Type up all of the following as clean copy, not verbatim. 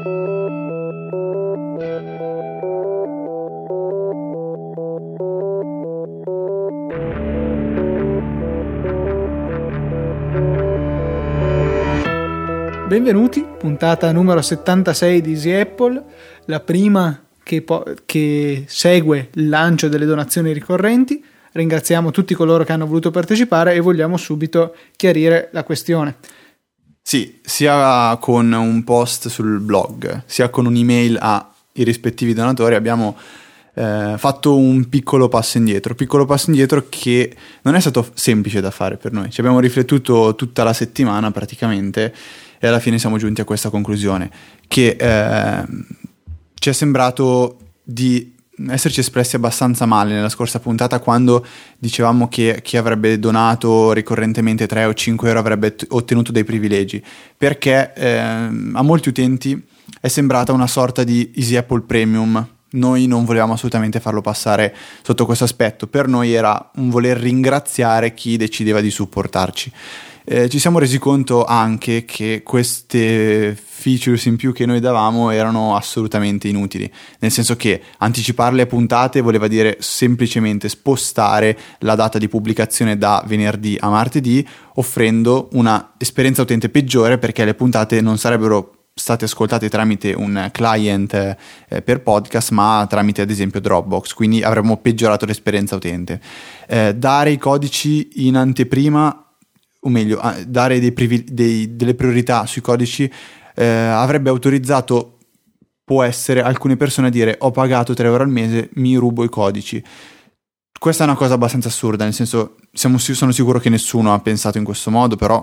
Benvenuti, puntata numero 76 di Easy Apple, la prima che segue il lancio delle donazioni ricorrenti. Ringraziamo tutti coloro che hanno voluto partecipare e vogliamo subito chiarire la questione. Sì, sia con un post sul blog, sia con un'email ai rispettivi donatori abbiamo fatto un piccolo passo indietro che non è stato semplice da fare per noi. Ci abbiamo riflettuto tutta la settimana praticamente e alla fine siamo giunti a questa conclusione che ci è sembrato di esserci espressi abbastanza male nella scorsa puntata, quando dicevamo che chi avrebbe donato ricorrentemente 3 o 5 euro avrebbe ottenuto dei privilegi, perché a molti utenti è sembrata una sorta di Easy Apple Premium. Noi non volevamo assolutamente farlo passare sotto questo aspetto. Per noi era un voler ringraziare chi decideva di supportarci. Ci siamo resi conto anche che queste features in più che noi davamo erano assolutamente inutili, nel senso che anticipare le puntate voleva dire semplicemente spostare la data di pubblicazione da venerdì a martedì, offrendo una esperienza utente peggiore, perché le puntate non sarebbero state ascoltate tramite un client per podcast, ma tramite ad esempio Dropbox, quindi avremmo peggiorato l'esperienza utente. Dare i codici in anteprima, o meglio, dare delle priorità sui codici avrebbe autorizzato, può essere, alcune persone a dire: ho pagato 3 euro al mese, mi rubo i codici. Questa è una cosa abbastanza assurda, nel senso, sono sicuro che nessuno ha pensato in questo modo, però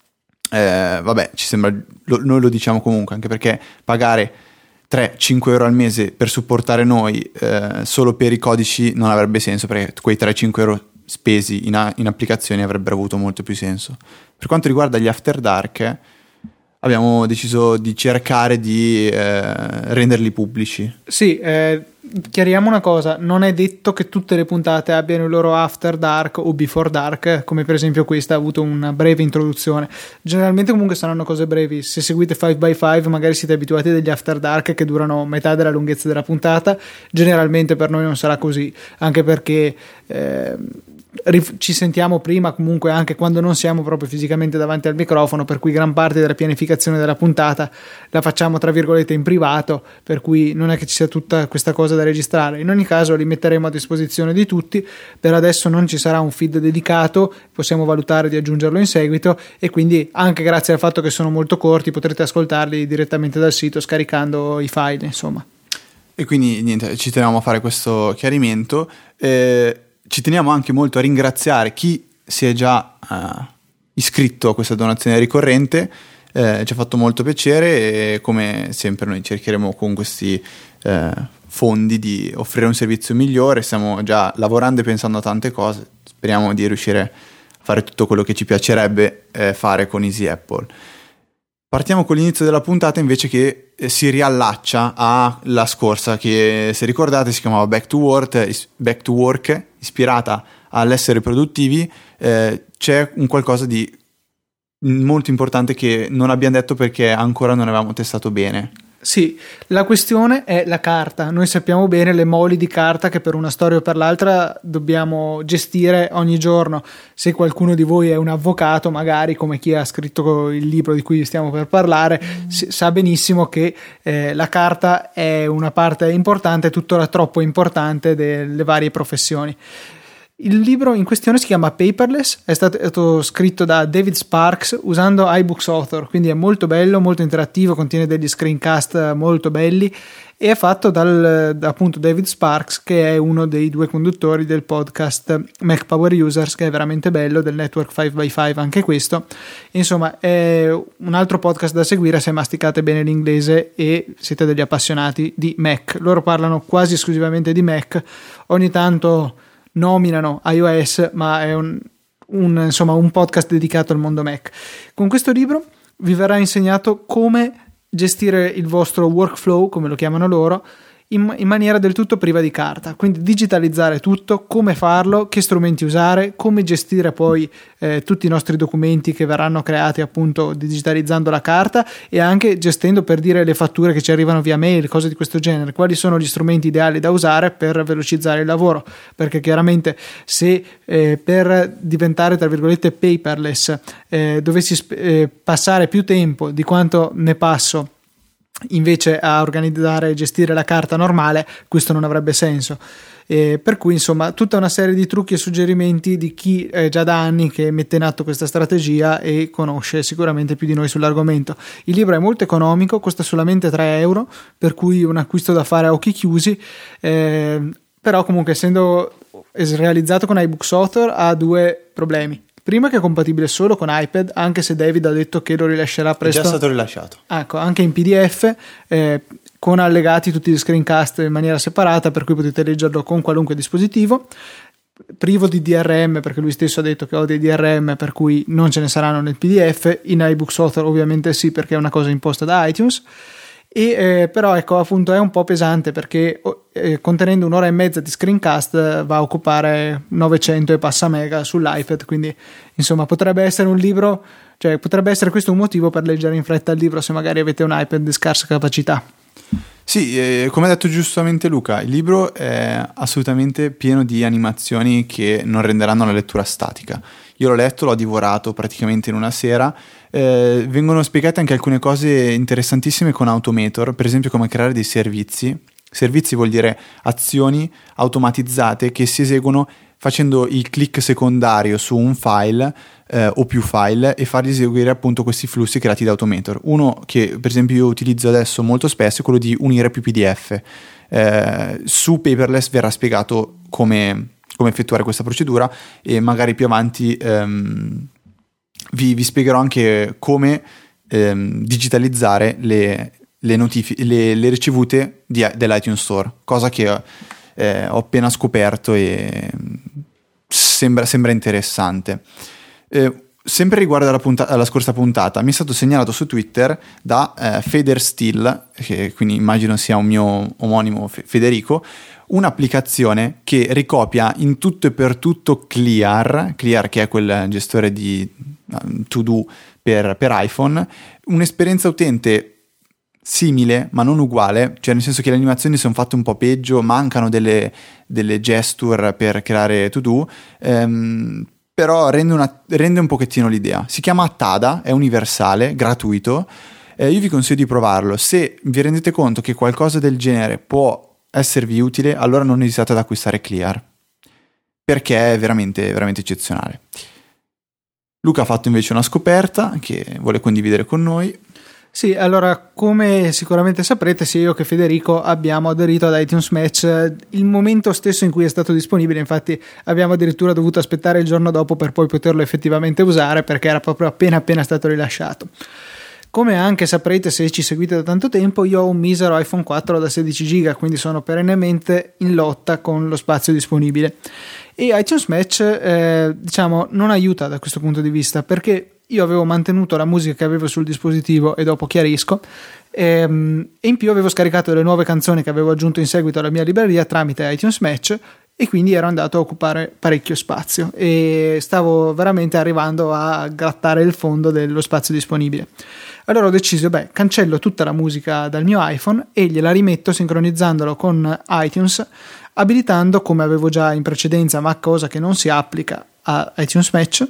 vabbè, ci sembra, noi lo diciamo comunque, anche perché pagare 3-5 euro al mese per supportare noi solo per i codici non avrebbe senso, perché quei 3-5 euro spesi in applicazioni avrebbero avuto molto più senso. Per quanto riguarda gli After Dark, abbiamo deciso di cercare di renderli pubblici. Sì, chiariamo una cosa: non è detto che tutte le puntate abbiano il loro After Dark o Before Dark, come per esempio questa ha avuto una breve introduzione. Generalmente comunque saranno cose brevi. Se seguite 5x5 magari siete abituati a degli After Dark che durano metà della lunghezza della puntata. Generalmente per noi non sarà così, anche perché ci sentiamo prima comunque anche quando non siamo proprio fisicamente davanti al microfono, per cui gran parte della pianificazione della puntata la facciamo tra virgolette in privato, per cui non è che ci sia tutta questa cosa da registrare. In ogni caso li metteremo a disposizione di tutti. Per adesso non ci sarà un feed dedicato, possiamo valutare di aggiungerlo in seguito, e quindi anche grazie al fatto che sono molto corti potrete ascoltarli direttamente dal sito scaricando i file, insomma. E quindi niente, ci teniamo a fare questo chiarimento. Ci teniamo anche molto a ringraziare chi si è già iscritto a questa donazione ricorrente. Ci ha fatto molto piacere, e come sempre noi cercheremo con questi fondi di offrire un servizio migliore. Stiamo già lavorando e pensando a tante cose, speriamo di riuscire a fare tutto quello che ci piacerebbe fare con Easy Apple. Partiamo con l'inizio della puntata invece, che si riallaccia alla scorsa, che se ricordate si chiamava Back to Work, ispirata all'essere produttivi. C'è un qualcosa di molto importante che non abbiamo detto perché ancora non avevamo testato bene. Sì, la questione è la carta. Noi sappiamo bene le moli di carta che per una storia o per l'altra dobbiamo gestire ogni giorno. Se qualcuno di voi è un avvocato, magari come chi ha scritto il libro di cui stiamo per parlare, sa benissimo che la carta è una parte importante, tuttora troppo importante, delle varie professioni. Il libro in questione si chiama Paperless, è stato scritto da David Sparks usando iBooks Author, quindi è molto bello, molto interattivo, contiene degli screencast molto belli, e è fatto da appunto David Sparks, che è uno dei 2 conduttori del podcast Mac Power Users, che è veramente bello, del network 5x5 anche questo. Insomma, è un altro podcast da seguire se masticate bene l'inglese e siete degli appassionati di Mac. Loro parlano quasi esclusivamente di Mac, ogni tanto nominano iOS, ma è un podcast dedicato al mondo Mac. Con questo libro vi verrà insegnato come gestire il vostro workflow, come lo chiamano loro, in maniera del tutto priva di carta. Quindi digitalizzare tutto, come farlo, che strumenti usare, come gestire poi tutti i nostri documenti che verranno creati appunto digitalizzando la carta, e anche gestendo, per dire, le fatture che ci arrivano via mail, cose di questo genere. Quali sono gli strumenti ideali da usare per velocizzare il lavoro, perché chiaramente se per diventare tra virgolette paperless dovessi passare più tempo di quanto ne passo invece a organizzare e gestire la carta normale, questo non avrebbe senso. Per cui insomma tutta una serie di trucchi e suggerimenti di chi è già da anni che mette in atto questa strategia e conosce sicuramente più di noi sull'argomento. Il libro è molto economico, costa solamente 3 euro, per cui un acquisto da fare a occhi chiusi, però comunque essendo realizzato con iBooks Author ha due problemi. Prima che è compatibile solo con iPad, anche se David ha detto che lo rilascerà presto. È già stato rilasciato. Ecco, anche in PDF, con allegati tutti gli screencast in maniera separata, per cui potete leggerlo con qualunque dispositivo. Privo di DRM, perché lui stesso ha detto che odia i DRM, per cui non ce ne saranno nel PDF. In iBooks Author ovviamente sì, perché è una cosa imposta da iTunes. Però ecco, appunto è un po' pesante, perché contenendo un'ora e mezza di screencast va a occupare 900 e passa mega sull'iPad, quindi insomma potrebbe essere un libro, cioè potrebbe essere questo un motivo per leggere in fretta il libro se magari avete un iPad di scarsa capacità. Sì, come ha detto giustamente Luca, il libro è assolutamente pieno di animazioni che non renderanno la lettura statica. Io l'ho letto, l'ho divorato praticamente in una sera. Vengono spiegate anche alcune cose interessantissime con Automator, per esempio come creare dei servizi. Servizi vuol dire azioni automatizzate che si eseguono facendo il click secondario su un file o più file e fargli eseguire appunto questi flussi creati da Automator. Uno che per esempio io utilizzo adesso molto spesso è quello di unire più PDF. Su Paperless verrà spiegato come effettuare questa procedura, e magari più avanti vi spiegherò anche come digitalizzare le ricevute dell'iTunes Store, cosa che ho appena scoperto e sembra interessante. Sempre riguardo alla scorsa puntata, mi è stato segnalato su Twitter da Feder Still, che quindi immagino sia un mio omonimo Federico, un'applicazione che ricopia in tutto e per tutto Clear, che è quel gestore di to-do per iPhone, un'esperienza utente simile ma non uguale, cioè nel senso che le animazioni sono fatte un po' peggio, mancano delle gesture per creare to-do, però rende un pochettino l'idea. Si chiama Tada, è universale, gratuito, io vi consiglio di provarlo. Se vi rendete conto che qualcosa del genere può esservi utile, allora non esitate ad acquistare Clear, perché è veramente, veramente eccezionale. Luca ha fatto invece una scoperta che vuole condividere con noi. Sì, allora, come sicuramente saprete, sia io che Federico abbiamo aderito ad iTunes Match il momento stesso in cui è stato disponibile. Infatti abbiamo addirittura dovuto aspettare il giorno dopo per poi poterlo effettivamente usare, perché era proprio appena stato rilasciato. Come anche saprete, se ci seguite da tanto tempo, io ho un misero iPhone 4 da 16 giga, quindi sono perennemente in lotta con lo spazio disponibile. E iTunes Match diciamo non aiuta da questo punto di vista, perché io avevo mantenuto la musica che avevo sul dispositivo, e dopo chiarisco, e in più avevo scaricato le nuove canzoni che avevo aggiunto in seguito alla mia libreria tramite iTunes Match, e quindi ero andato a occupare parecchio spazio e stavo veramente arrivando a grattare il fondo dello spazio disponibile. Allora ho deciso, cancello tutta la musica dal mio iPhone e gliela rimetto sincronizzandolo con iTunes, abilitando, come avevo già in precedenza, ma cosa che non si applica a iTunes Match,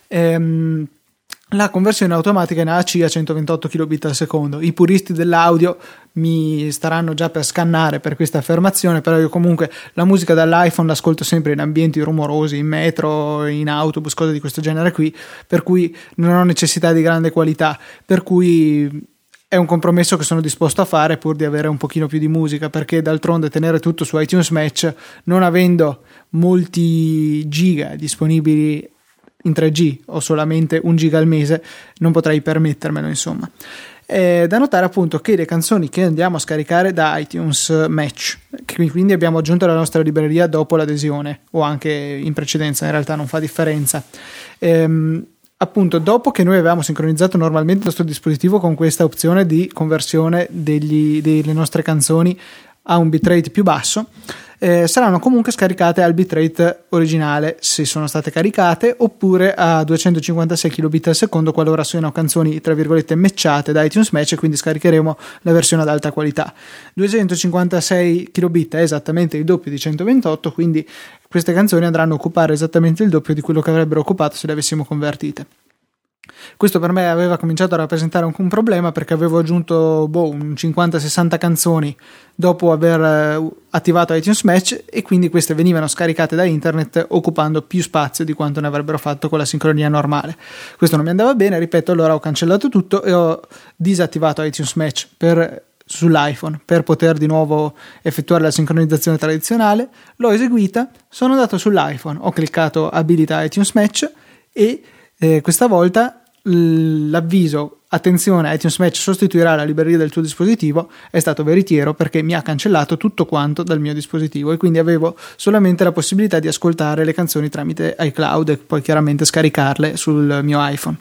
la conversione automatica in AAC a 128 kbit al secondo. I puristi dell'audio mi staranno già per scannare per questa affermazione, però io comunque la musica dall'iPhone l'ascolto sempre in ambienti rumorosi, in metro, in autobus, cose di questo genere qui, per cui non ho necessità di grande qualità, per cui è un compromesso che sono disposto a fare pur di avere un pochino più di musica, perché d'altronde tenere tutto su iTunes Match, non avendo molti giga disponibili in 3G o solamente 1 giga al mese, non potrei permettermelo, insomma. È da notare appunto che le canzoni che andiamo a scaricare da iTunes Match, che quindi abbiamo aggiunto alla nostra libreria dopo l'adesione o anche in precedenza, in realtà non fa differenza, appunto dopo che noi avevamo sincronizzato normalmente il nostro dispositivo con questa opzione di conversione delle nostre canzoni a un bitrate più basso, saranno comunque scaricate al bitrate originale se sono state caricate, oppure a 256 kilobit al secondo qualora siano canzoni tra virgolette matchate da iTunes Match, e quindi scaricheremo la versione ad alta qualità. 256 kilobit è esattamente il doppio di 128, quindi queste canzoni andranno a occupare esattamente il doppio di quello che avrebbero occupato se le avessimo convertite. Questo per me aveva cominciato a rappresentare un problema, perché avevo aggiunto un 50-60 canzoni dopo aver attivato iTunes Match, e quindi queste venivano scaricate da internet occupando più spazio di quanto ne avrebbero fatto con la sincronia normale. Questo non mi andava bene, ripeto, allora ho cancellato tutto e ho disattivato iTunes Match sull'iPhone per poter di nuovo effettuare la sincronizzazione tradizionale. L'ho eseguita, sono andato sull'iPhone, ho cliccato abilita iTunes Match e questa volta l'avviso attenzione, iTunes Match sostituirà la libreria del tuo dispositivo è stato veritiero, perché mi ha cancellato tutto quanto dal mio dispositivo, e quindi avevo solamente la possibilità di ascoltare le canzoni tramite iCloud e poi chiaramente scaricarle sul mio iPhone.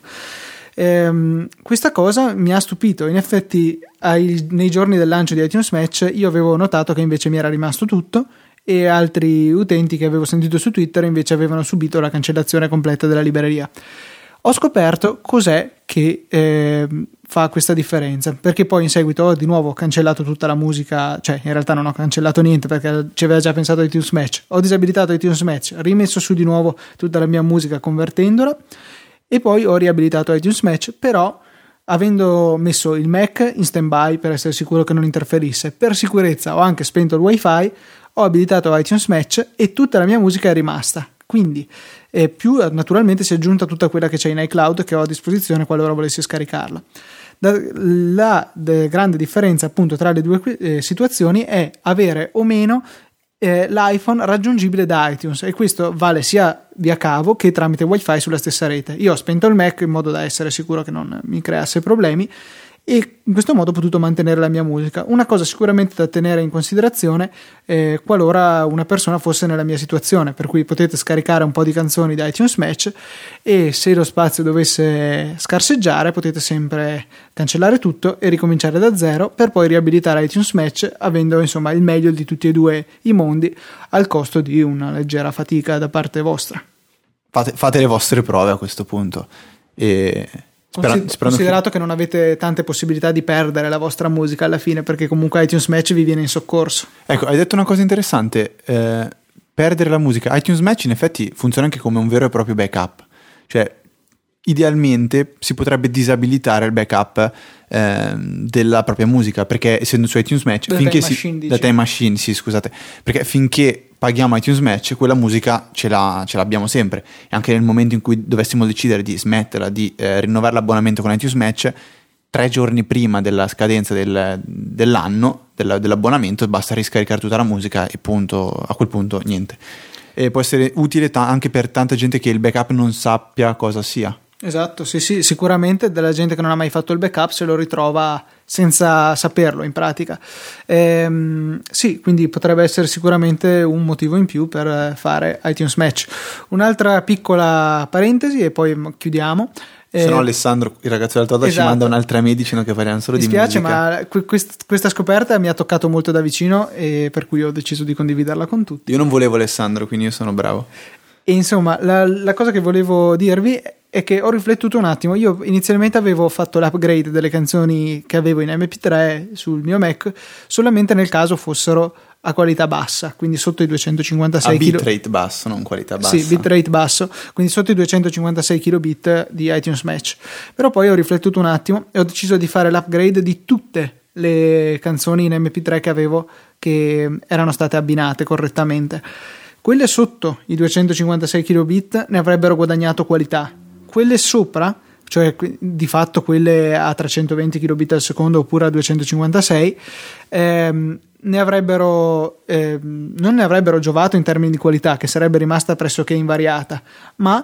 Questa cosa mi ha stupito. In effetti nei giorni del lancio di iTunes Match io avevo notato che invece mi era rimasto tutto, e altri utenti che avevo sentito su Twitter invece avevano subito la cancellazione completa della libreria. Ho scoperto cos'è che fa questa differenza, perché poi in seguito ho di nuovo cancellato tutta la musica, cioè in realtà non ho cancellato niente perché ci aveva già pensato iTunes Match, ho disabilitato iTunes Match, rimesso su di nuovo tutta la mia musica convertendola, e poi ho riabilitato iTunes Match, però avendo messo il Mac in stand-by per essere sicuro che non interferisse. Per sicurezza ho anche spento il wifi, ho abilitato iTunes Match e tutta la mia musica è rimasta. Quindi più naturalmente si è aggiunta tutta quella che c'è in iCloud, che ho a disposizione qualora volessi scaricarla. La grande differenza appunto tra le due situazioni è avere o meno l'iPhone raggiungibile da iTunes, e questo vale sia via cavo che tramite wifi sulla stessa rete. Io ho spento il Mac in modo da essere sicuro che non mi creasse problemi, e in questo modo ho potuto mantenere la mia musica. Una cosa sicuramente da tenere in considerazione qualora una persona fosse nella mia situazione, per cui potete scaricare un po' di canzoni da iTunes Match, e se lo spazio dovesse scarseggiare potete sempre cancellare tutto e ricominciare da zero, per poi riabilitare iTunes Match avendo insomma il meglio di tutti e due i mondi, al costo di una leggera fatica da parte vostra. Fate le vostre prove a questo punto, e considerato che non avete tante possibilità di perdere la vostra musica alla fine, perché comunque iTunes Match vi viene in soccorso. Ecco, hai detto una cosa interessante, perdere la musica. iTunes Match in effetti funziona anche come un vero e proprio backup, cioè idealmente si potrebbe disabilitare il backup della propria musica, perché essendo su iTunes Match da Time Machine, sì, scusate, perché finché paghiamo iTunes Match quella musica ce l'abbiamo sempre, e anche nel momento in cui dovessimo decidere di smetterla, di rinnovare l'abbonamento con iTunes Match 3 giorni prima della scadenza dell'anno dell'abbonamento basta riscaricare tutta la musica e punto, a quel punto niente. E può essere utile anche per tanta gente che il backup non sappia cosa sia. Esatto, sì, sicuramente della gente che non ha mai fatto il backup se lo ritrova senza saperlo in pratica. Sì, quindi potrebbe essere sicuramente un motivo in più per fare iTunes Match. Un'altra piccola parentesi e poi chiudiamo. Se no Alessandro, il ragazzo del Toda, esatto, ci manda un'altra mail dicendo che parliamo solo di musica. Mi dispiace, ma questa scoperta mi ha toccato molto da vicino, e per cui ho deciso di condividerla con tutti. Io non volevo Alessandro, quindi io sono bravo. E insomma, la cosa che volevo dirvi è che ho riflettuto un attimo. Io inizialmente avevo fatto l'upgrade delle canzoni che avevo in MP3 sul mio Mac solamente nel caso fossero a qualità bassa, quindi sotto i 256 bitrate basso, non qualità bassa. Sì, bitrate basso, quindi sotto i 256 kilobit di iTunes Match. Però poi ho riflettuto un attimo e ho deciso di fare l'upgrade di tutte le canzoni in MP3 che avevo, che erano state abbinate correttamente. Quelle sotto i 256 kilobit ne avrebbero guadagnato qualità. Quelle sopra, cioè di fatto quelle a 320 kilobit al secondo oppure a 256, non ne avrebbero giovato in termini di qualità, che sarebbe rimasta pressoché invariata, ma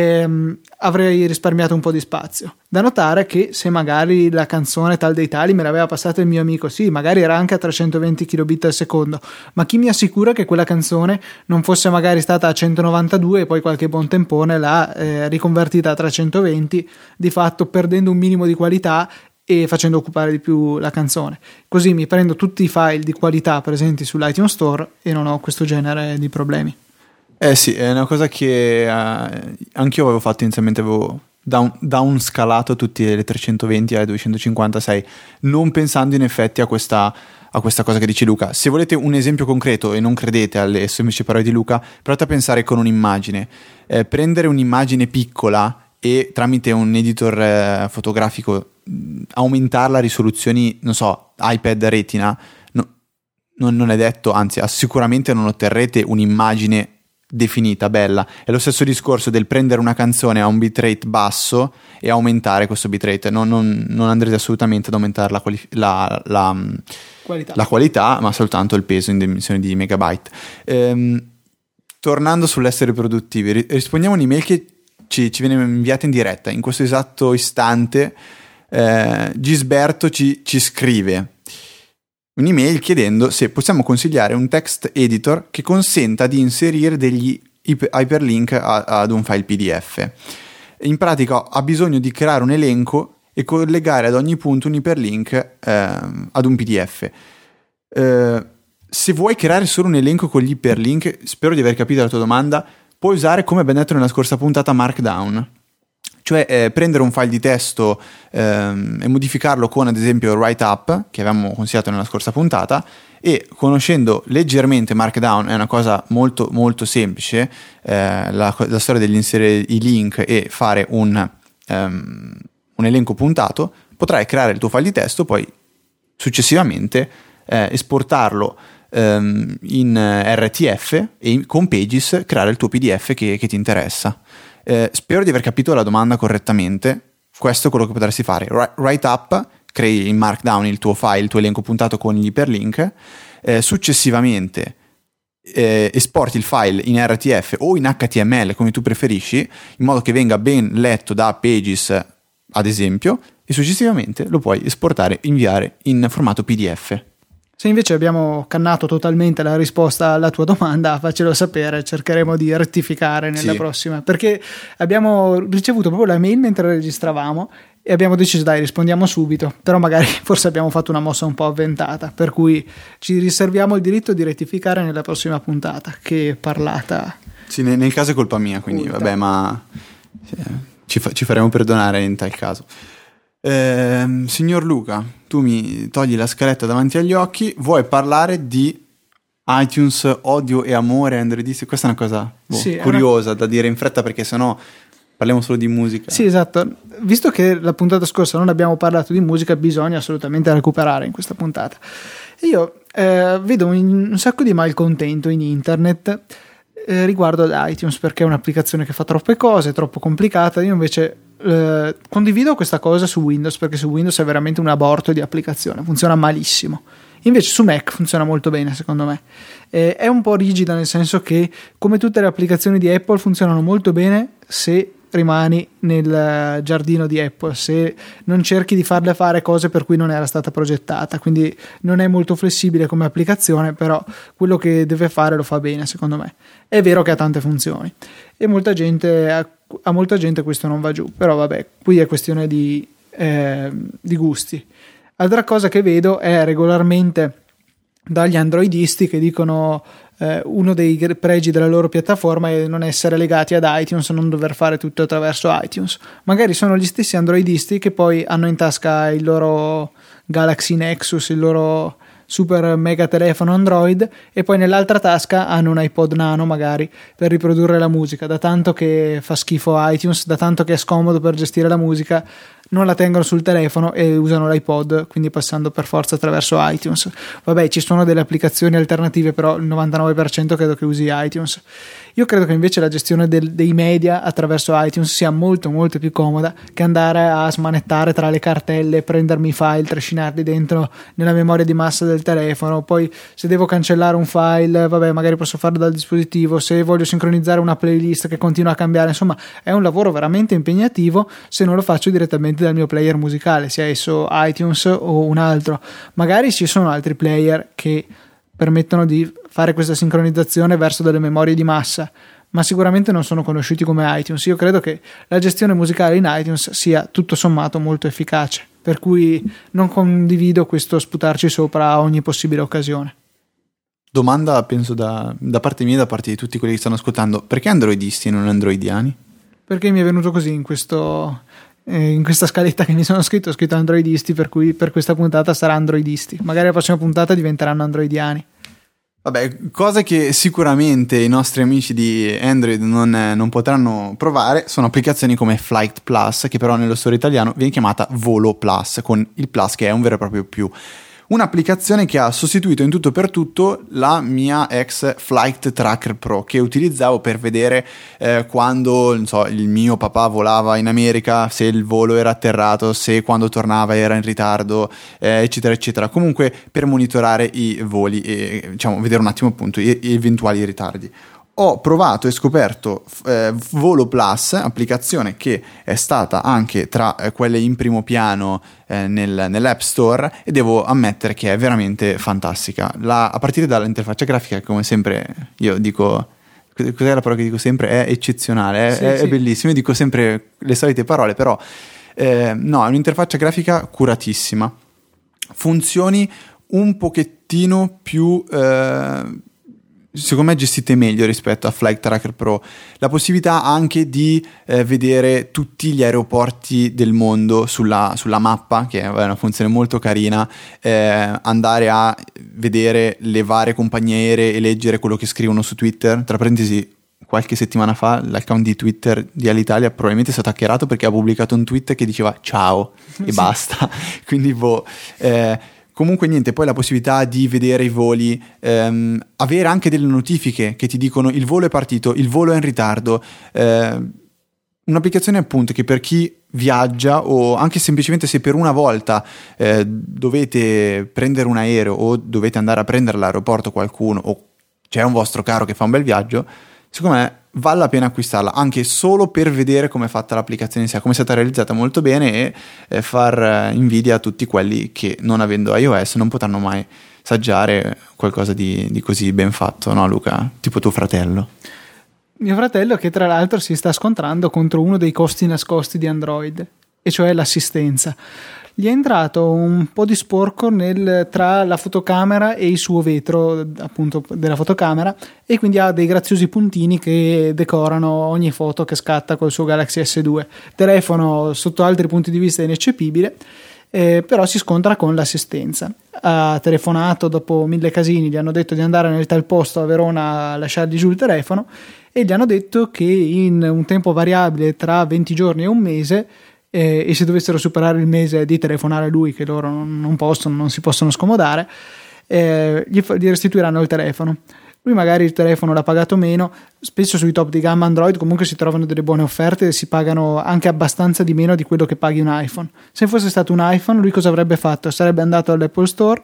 avrei risparmiato un po' di spazio. Da notare che se magari la canzone tal dei tali me l'aveva passata il mio amico, sì, magari era anche a 320 kilobit al secondo, ma chi mi assicura che quella canzone non fosse magari stata a 192 e poi qualche buon tempone l'ha riconvertita a 320, di fatto perdendo un minimo di qualità e facendo occupare di più la canzone. Così mi prendo tutti i file di qualità presenti sull'iTunes Store e non ho questo genere di problemi. Sì, è una cosa che anch'io avevo fatto inizialmente, avevo downscalato tutti le 320 alle 256, non pensando in effetti a questa cosa che dice Luca. Se volete un esempio concreto e non credete alle semplici parole di Luca, provate a pensare con un'immagine. Prendere un'immagine piccola e tramite un editor fotografico aumentarla a risoluzioni, non so, iPad Retina, non è detto, anzi sicuramente non otterrete un'immagine definita, bella. È lo stesso discorso del prendere una canzone a un bitrate basso e aumentare questo bitrate. Non andrete assolutamente ad aumentare la qualità, ma soltanto il peso in dimensioni di megabyte. Tornando sull'essere produttivi, rispondiamo a un'email che ci viene inviata in diretta in questo esatto istante. Gisberto ci scrive un'email chiedendo se possiamo consigliare un text editor che consenta di inserire degli hyperlink ad un file PDF. In pratica ha bisogno di creare un elenco e collegare ad ogni punto un hyperlink ad un PDF. Se vuoi creare solo un elenco con gli hyperlink, spero di aver capito la tua domanda, puoi usare, come ben detto nella scorsa puntata, Markdown. Cioè prendere un file di testo e modificarlo con ad esempio WriteUp, che avevamo consigliato nella scorsa puntata, e conoscendo leggermente Markdown è una cosa molto molto semplice, la storia degli inserire i link e fare un elenco puntato, potrai creare il tuo file di testo, poi successivamente esportarlo in RTF e con Pages creare il tuo PDF che ti interessa. Spero di aver capito la domanda correttamente. Questo è quello che potresti fare. WriteUp, crei in Markdown il tuo file, il tuo elenco puntato con gli iperlink, successivamente esporti il file in RTF o in HTML come tu preferisci, in modo che venga ben letto da Pages ad esempio, e successivamente lo puoi esportare, inviare in formato PDF. Se invece abbiamo cannato totalmente la risposta alla tua domanda, faccelo sapere, cercheremo di rettificare nella prossima, perché abbiamo ricevuto proprio la mail mentre registravamo e abbiamo deciso dai, rispondiamo subito, però magari forse abbiamo fatto una mossa un po' avventata, per cui ci riserviamo il diritto di rettificare nella prossima puntata, che parlata. Sì, nel caso è colpa mia, quindi culta. Vabbè, ma ci faremo perdonare in tal caso. Signor Luca, tu mi togli la scaletta davanti agli occhi, vuoi parlare di iTunes, odio e amore androidisti? Questa è una cosa curiosa da dire in fretta, perché sennò parliamo solo di musica. Sì, esatto, visto che la puntata scorsa non abbiamo parlato di musica, bisogna assolutamente recuperare in questa puntata. Io vedo un sacco di malcontento in internet riguardo ad iTunes, perché è un'applicazione che fa troppe cose, è troppo complicata. Io invece condivido questa cosa su Windows, perché su Windows è veramente un aborto di applicazione, funziona malissimo. Invece su Mac funziona molto bene, secondo me. È un po' rigida, nel senso che, come tutte le applicazioni di Apple, funzionano molto bene se rimani nel giardino di Apple, se non cerchi di farle fare cose per cui non era stata progettata. Quindi non è molto flessibile come applicazione, però quello che deve fare lo fa bene, secondo me. È vero che ha tante funzioni e a molta gente questo non va giù, però vabbè, qui è questione di gusti. Altra cosa che vedo è regolarmente dagli androidisti che dicono uno dei pregi della loro piattaforma è non essere legati ad iTunes, non dover fare tutto attraverso iTunes. Magari sono gli stessi androidisti che poi hanno in tasca il loro Galaxy Nexus, il loro super mega telefono Android, e poi nell'altra tasca hanno un iPod Nano magari per riprodurre la musica. Da tanto che fa schifo iTunes, da tanto che è scomodo per gestire la musica, non la tengono sul telefono e usano l'iPod, quindi passando per forza attraverso iTunes. Vabbè, ci sono delle applicazioni alternative, però il 99% credo che usi iTunes. Io credo che invece la gestione dei media attraverso iTunes sia molto molto più comoda che andare a smanettare tra le cartelle, prendermi i file, trascinarli dentro nella memoria di massa del telefono. Poi se devo cancellare un file, vabbè, magari posso farlo dal dispositivo. Se voglio sincronizzare una playlist che continua a cambiare, insomma è un lavoro veramente impegnativo se non lo faccio direttamente dal mio player musicale, sia esso iTunes o un altro. Magari ci sono altri player che permettono di fare questa sincronizzazione verso delle memorie di massa, ma sicuramente non sono conosciuti come iTunes. Io credo che la gestione musicale in iTunes sia tutto sommato molto efficace. per cui non condivido questo sputarci sopra a ogni possibile occasione. Domanda, penso da parte mia e da parte di tutti quelli che stanno ascoltando: perché androidisti e non androidiani? Perché mi è venuto così in questa scaletta che mi sono scritto, ho scritto androidisti, per cui per questa puntata sarà androidisti. Magari la prossima puntata diventeranno androidiani. Vabbè, cose che sicuramente i nostri amici di Android non potranno provare sono applicazioni come Flight Plus, che però nello store italiano viene chiamata Volo Plus, con il plus che è un vero e proprio più. Un'applicazione che ha sostituito in tutto per tutto la mia ex Flight Tracker Pro, che utilizzavo per vedere quando, non so, il mio papà volava in America, se il volo era atterrato, se quando tornava era in ritardo, eccetera eccetera. Comunque per monitorare i voli e, diciamo, vedere un attimo appunto gli eventuali ritardi. Ho provato e scoperto Volo Plus, applicazione che è stata anche tra quelle in primo piano nell'App Store, e devo ammettere che è veramente fantastica. A partire dall'interfaccia grafica, come sempre io dico, cos'è la parola che dico sempre? È eccezionale, è bellissimo. Io dico sempre le solite parole, però no, è un'interfaccia grafica curatissima. Funzioni un pochettino più... secondo me gestite meglio rispetto a Flight Tracker Pro. La possibilità anche di vedere tutti gli aeroporti del mondo sulla mappa, che è una funzione molto carina, andare a vedere le varie compagnie aeree e leggere quello che scrivono su Twitter. Tra parentesi, qualche settimana fa l'account di Twitter di Alitalia probabilmente è stato hackerato perché ha pubblicato un tweet che diceva ciao e basta. Quindi comunque niente, poi la possibilità di vedere i voli, avere anche delle notifiche che ti dicono il volo è partito, il volo è in ritardo, un'applicazione appunto che per chi viaggia, o anche semplicemente se per una volta dovete prendere un aereo o dovete andare a prendere all'aeroporto qualcuno, o c'è un vostro caro che fa un bel viaggio, secondo me vale la pena acquistarla, anche solo per vedere come è fatta l'applicazione in sé, come è stata realizzata molto bene, e far invidia a tutti quelli che, non avendo iOS, non potranno mai assaggiare qualcosa di così ben fatto, no Luca? Tipo tuo fratello. Mio fratello, che tra l'altro si sta scontrando contro uno dei costi nascosti di Android, e cioè l'assistenza. Gli è entrato un po' di sporco tra la fotocamera e il suo vetro, appunto, della fotocamera, e quindi ha dei graziosi puntini che decorano ogni foto che scatta col suo Galaxy S2. Telefono sotto altri punti di vista ineccepibile, però si scontra con l'assistenza. Ha telefonato dopo 1000 casini, gli hanno detto di andare nel tal posto a Verona a lasciargli giù il telefono, e gli hanno detto che in un tempo variabile tra 20 giorni e un mese, e se dovessero superare il mese di telefonare a lui, che loro non si possono scomodare, gli restituiranno il telefono. Lui magari il telefono l'ha pagato meno. Spesso sui top di gamma Android comunque si trovano delle buone offerte e si pagano anche abbastanza di meno di quello che paghi un iPhone. Se fosse stato un iPhone, lui cosa avrebbe fatto? Sarebbe andato all'Apple Store,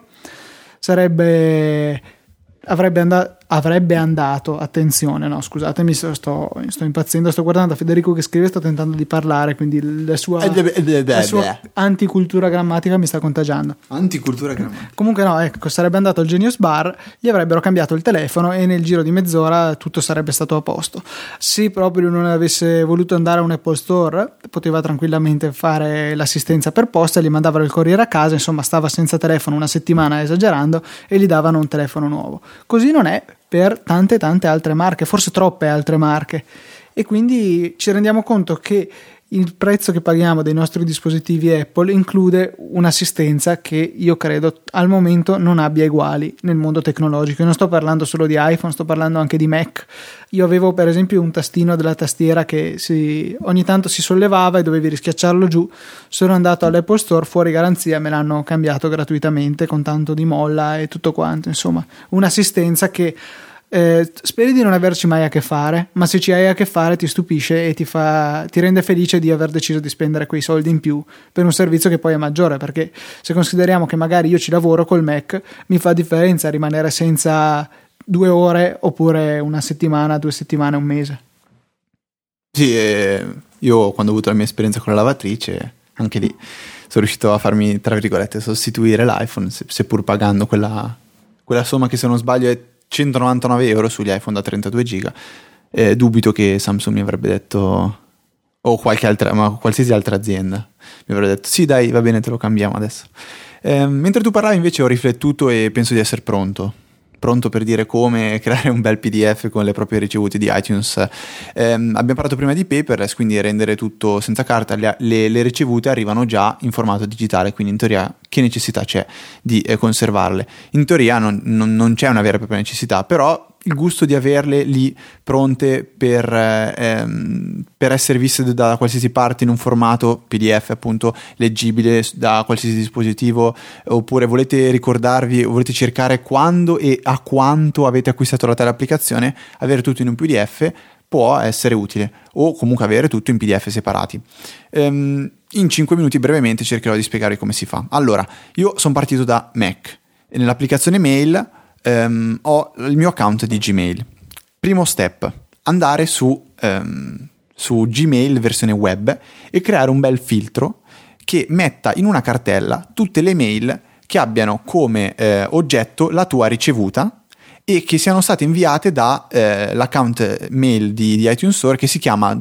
avrebbe andato, attenzione, no scusatemi, sto impazzendo, sto guardando a Federico che scrive, sto tentando di parlare, quindi la sua anticultura grammatica mi sta contagiando. Anticultura grammatica. Comunque no, ecco, sarebbe andato al Genius Bar, gli avrebbero cambiato il telefono e nel giro di mezz'ora tutto sarebbe stato a posto. Se proprio non avesse voluto andare a un Apple Store, poteva tranquillamente fare l'assistenza per posta, gli mandavano il corriere a casa, insomma stava senza telefono una settimana esagerando e gli davano un telefono nuovo. Così non è per tante altre marche, forse troppe altre marche, e quindi ci rendiamo conto che il prezzo che paghiamo dei nostri dispositivi Apple include un'assistenza che io credo al momento non abbia eguali nel mondo tecnologico. Io non sto parlando solo di iPhone, sto parlando anche di Mac. Io avevo per esempio un tastino della tastiera che ogni tanto si sollevava e dovevi rischiacciarlo giù. Sono andato all'Apple Store, fuori garanzia, me l'hanno cambiato gratuitamente con tanto di molla e tutto quanto. Insomma, un'assistenza che speri di non averci mai a che fare, ma se ci hai a che fare ti stupisce e ti rende felice di aver deciso di spendere quei soldi in più per un servizio che poi è maggiore, perché se consideriamo che magari io ci lavoro col Mac, mi fa differenza rimanere senza 2 ore oppure una settimana, 2 settimane, un mese. Sì, io quando ho avuto la mia esperienza con la lavatrice, anche lì sono riuscito a farmi, tra virgolette, sostituire l'iPhone, seppur pagando quella somma che, se non sbaglio, è 199 euro sugli iPhone da 32 giga. Dubito che Samsung mi avrebbe detto o qualsiasi altra azienda mi avrebbe detto sì dai va bene te lo cambiamo adesso. Mentre tu parlavi invece ho riflettuto e penso di essere pronto per dire come creare un bel PDF con le proprie ricevute di iTunes. Abbiamo parlato prima di paperless, quindi rendere tutto senza carta. Le ricevute arrivano già in formato digitale, quindi in teoria che necessità c'è di conservarle? In teoria non c'è una vera e propria necessità, però il gusto di averle lì pronte per essere viste da qualsiasi parte in un formato PDF appunto leggibile da qualsiasi dispositivo, oppure volete ricordarvi, volete cercare quando e a quanto avete acquistato la tale applicazione, avere tutto in un PDF può essere utile, o comunque avere tutto in PDF separati. In 5 minuti brevemente cercherò di spiegarvi come si fa. Allora, io sono partito da Mac e nell'applicazione Mail ho il mio account di Gmail. Primo step, andare su Gmail versione web e creare un bel filtro che metta in una cartella tutte le mail che abbiano come oggetto la tua ricevuta e che siano state inviate da l'account mail di iTunes Store che si chiama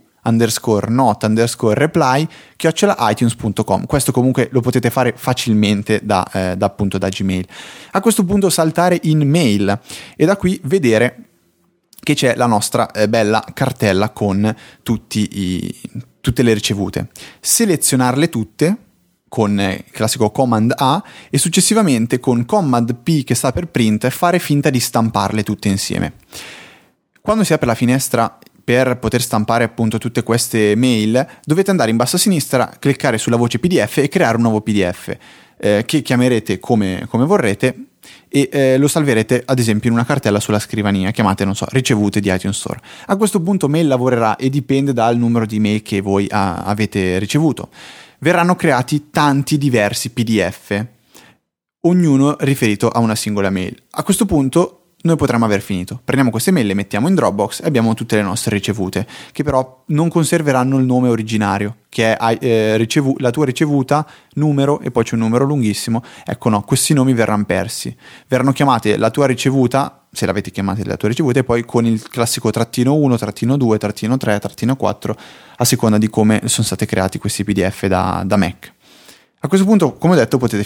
do_not_reply @itunes.com. Questo comunque lo potete fare facilmente da appunto da Gmail. A questo punto saltare in mail e da qui vedere che c'è la nostra bella cartella con tutte le ricevute. Selezionarle tutte con il classico Command A e successivamente con Command P che sta per print fare finta di stamparle tutte insieme. Quando si apre la finestra per poter stampare appunto tutte queste mail dovete andare in basso a sinistra, cliccare sulla voce PDF e creare un nuovo PDF che chiamerete come vorrete e lo salverete ad esempio in una cartella sulla scrivania, chiamate non so ricevute di iTunes Store. A questo punto Mail lavorerà e dipende dal numero di mail che voi avete ricevuto. Verranno creati tanti diversi PDF, ognuno riferito a una singola mail. A questo punto noi potremmo aver finito. Prendiamo queste mail, le mettiamo in Dropbox e abbiamo tutte le nostre ricevute, che però non conserveranno il nome originario, che è la tua ricevuta, numero, e poi c'è un numero lunghissimo. Ecco no, questi nomi verranno persi. Verranno chiamate la tua ricevuta, se l'avete chiamata la tua ricevuta, e poi con il classico -1, -2, -3, -4, a seconda di come sono stati creati questi PDF da Mac. A questo punto, come ho detto, potete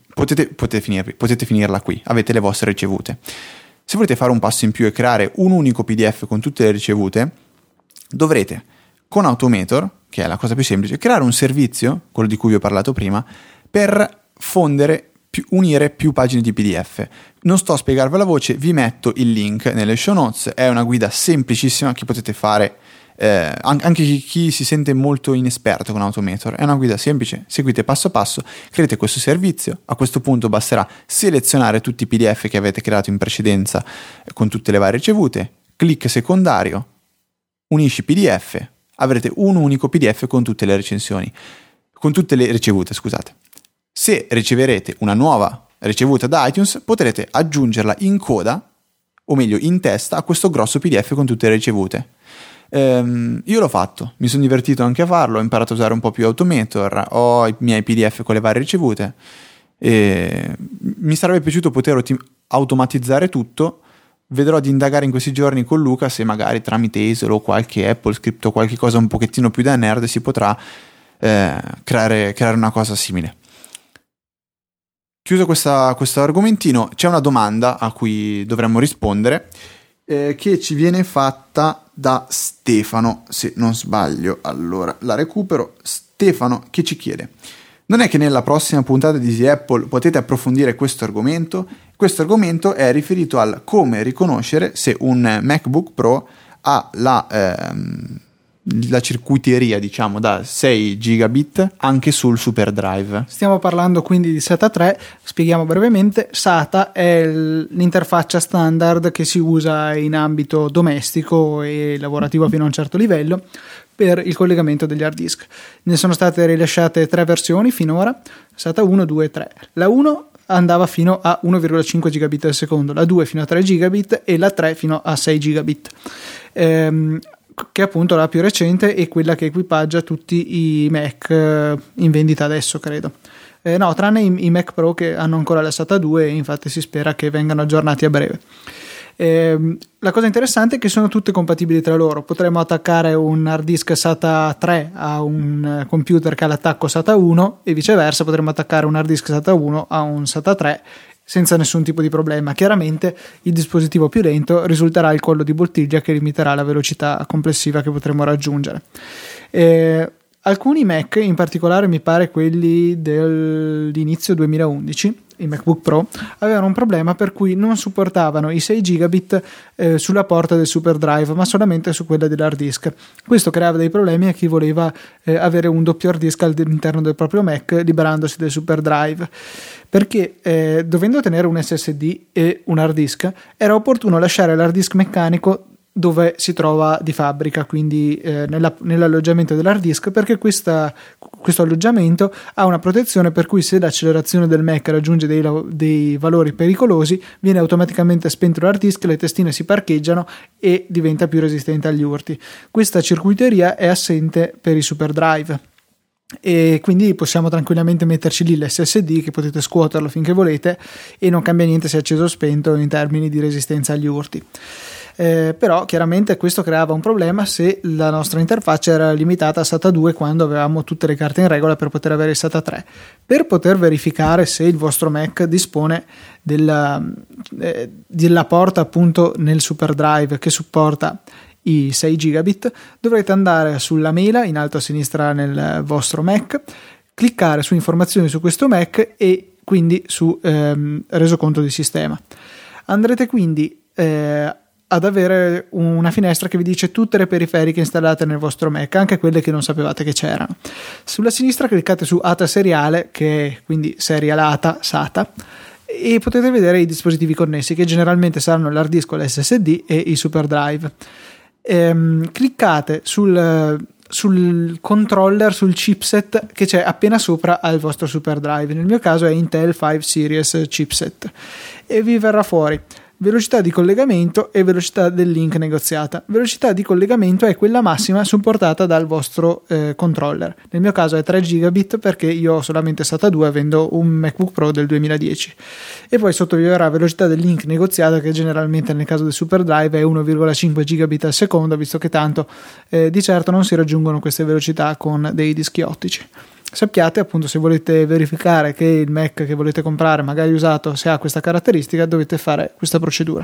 finirla qui, avete le vostre ricevute. Se volete fare un passo in più e creare un unico PDF con tutte le ricevute, dovrete, con Automator, che è la cosa più semplice, creare un servizio, quello di cui vi ho parlato prima, per unire più pagine di PDF. Non sto a spiegarvi la voce, vi metto il link nelle show notes, è una guida semplicissima che potete fare anche chi si sente molto inesperto con Automator. È una guida semplice, seguite passo passo, create questo servizio. A questo punto basterà selezionare tutti i PDF che avete creato in precedenza con tutte le varie ricevute, clic secondario, unisci PDF, avrete un unico PDF con tutte le ricevute, scusate. Se riceverete una nuova ricevuta da iTunes potrete aggiungerla in coda, o meglio in testa, a questo grosso PDF con tutte le ricevute. Io l'ho fatto, mi sono divertito anche a farlo, ho imparato a usare un po' più Automator, ho i miei PDF con le varie ricevute e mi sarebbe piaciuto poter automatizzare tutto. Vedrò di indagare in questi giorni con Luca se magari tramite Hazel o qualche Apple Script o qualche cosa un pochettino più da nerd si potrà creare una cosa simile. Chiuso questo argomentino, c'è una domanda a cui dovremmo rispondere che ci viene fatta da Stefano, se non sbaglio. Allora la recupero. Stefano che ci chiede: non è che nella prossima puntata di Easy Apple potete approfondire questo argomento? Questo argomento è riferito al come riconoscere se un MacBook Pro ha la circuiteria, diciamo, da 6 gigabit anche sul SuperDrive. Stiamo parlando quindi di SATA 3. Spieghiamo brevemente. SATA è l'interfaccia standard che si usa in ambito domestico e lavorativo fino a un certo livello per il collegamento degli hard disk. Ne sono state rilasciate 3 versioni finora: SATA 1, 2 e 3. La 1 andava fino a 1,5 gigabit al secondo, la 2 fino a 3 gigabit e la 3 fino a 6 gigabit. Che è appunto la più recente e quella che equipaggia tutti i Mac in vendita adesso, credo. No, tranne i Mac Pro che hanno ancora la SATA 2 e infatti si spera che vengano aggiornati a breve. La cosa interessante è che sono tutte compatibili tra loro. Potremmo attaccare un hard disk SATA 3 a un computer che ha l'attacco SATA 1 e viceversa, potremmo attaccare un hard disk SATA 1 a un SATA 3 senza nessun tipo di problema. Chiaramente il dispositivo più lento risulterà il collo di bottiglia che limiterà la velocità complessiva che potremo raggiungere. Alcuni Mac, in particolare mi pare quelli dell'inizio 2011, i MacBook Pro, avevano un problema per cui non supportavano i 6 gigabit sulla porta del SuperDrive, ma solamente su quella dell'hard disk. Questo creava dei problemi a chi voleva avere un doppio hard disk all'interno del proprio Mac, liberandosi del SuperDrive, perché dovendo tenere un SSD e un hard disk era opportuno lasciare l'hard disk meccanico dove si trova di fabbrica, quindi nell'alloggiamento dell'hard disk, perché questo alloggiamento ha una protezione per cui se l'accelerazione del Mac raggiunge dei valori pericolosi viene automaticamente spento l'hard disk, le testine si parcheggiano e diventa più resistente agli urti. Questa circuiteria è assente per i SuperDrive e quindi possiamo tranquillamente metterci lì l'SSD che potete scuoterlo finché volete e non cambia niente se è acceso o spento in termini di resistenza agli urti. Però chiaramente questo creava un problema se la nostra interfaccia era limitata a SATA 2 quando avevamo tutte le carte in regola per poter avere il SATA 3. Per poter verificare se il vostro Mac dispone della porta appunto nel SuperDrive che supporta i 6 gigabit, dovrete andare sulla mela in alto a sinistra nel vostro Mac, cliccare su informazioni su questo Mac e quindi su resoconto di sistema. Andrete quindi ad avere una finestra che vi dice tutte le periferiche installate nel vostro Mac, anche quelle che non sapevate che c'erano. Sulla sinistra cliccate su ATA seriale, che è quindi serialata SATA, e potete vedere i dispositivi connessi, che generalmente saranno l'hard disk o l'SSD e i SuperDrive. Cliccate sul controller, sul chipset che c'è appena sopra al vostro SuperDrive. Nel mio caso è Intel 5 Series chipset e vi verrà fuori velocità di collegamento e velocità del link negoziata. Velocità di collegamento è quella massima supportata dal vostro controller. Nel mio caso è 3 gigabit perché io ho solamente SATA 2 avendo un MacBook Pro del 2010. E poi sotto vi verrà velocità del link negoziata che generalmente nel caso del SuperDrive è 1,5 gigabit al secondo, visto che tanto di certo non si raggiungono queste velocità con dei dischi ottici. Sappiate appunto, se volete verificare che il Mac che volete comprare magari usato se ha questa caratteristica, dovete fare questa procedura.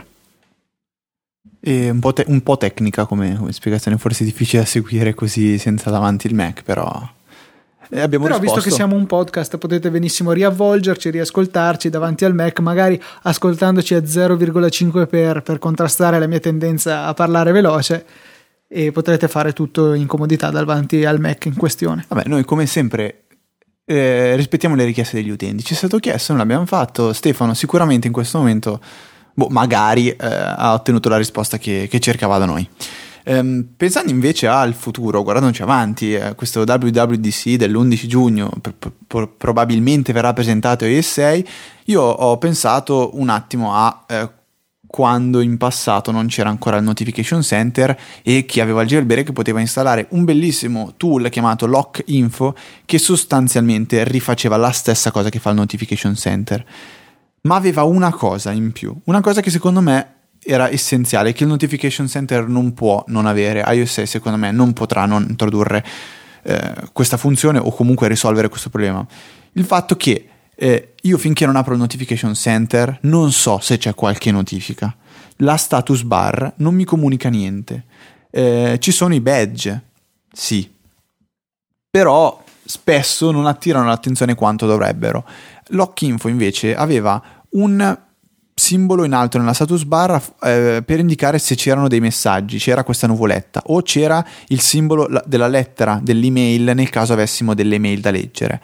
E un po' tecnica come spiegazione, forse difficile da seguire così senza davanti il Mac, però abbiamo risposto. Visto che siamo un podcast potete benissimo riavvolgerci, riascoltarci davanti al Mac, magari ascoltandoci a 0,5 per contrastare la mia tendenza a parlare veloce, e potrete fare tutto in comodità davanti al Mac in questione. Vabbè, noi come sempre rispettiamo le richieste degli utenti. Ci è stato chiesto, non l'abbiamo fatto. Stefano sicuramente in questo momento magari ha ottenuto la risposta che cercava da noi. Pensando invece al futuro, guardandoci avanti, questo WWDC dell'11 giugno probabilmente verrà presentato iOS 6. Io ho pensato un attimo a quando in passato non c'era ancora il Notification Center e chi aveva il jailbreak poteva installare un bellissimo tool chiamato Lock Info che sostanzialmente rifaceva la stessa cosa che fa il Notification Center, ma aveva una cosa in più, una cosa che secondo me era essenziale, che il Notification Center non può non avere. iOS 6 secondo me non potrà non introdurre questa funzione o comunque risolvere questo problema. Il fatto che io finché non apro il Notification Center non so se c'è qualche notifica, la status bar non mi comunica niente, ci sono i badge, sì, però spesso non attirano l'attenzione quanto dovrebbero. Lock Info invece aveva un simbolo in alto nella status bar per indicare se c'erano dei messaggi, c'era questa nuvoletta o c'era il simbolo della lettera dell'email nel caso avessimo delle email da leggere.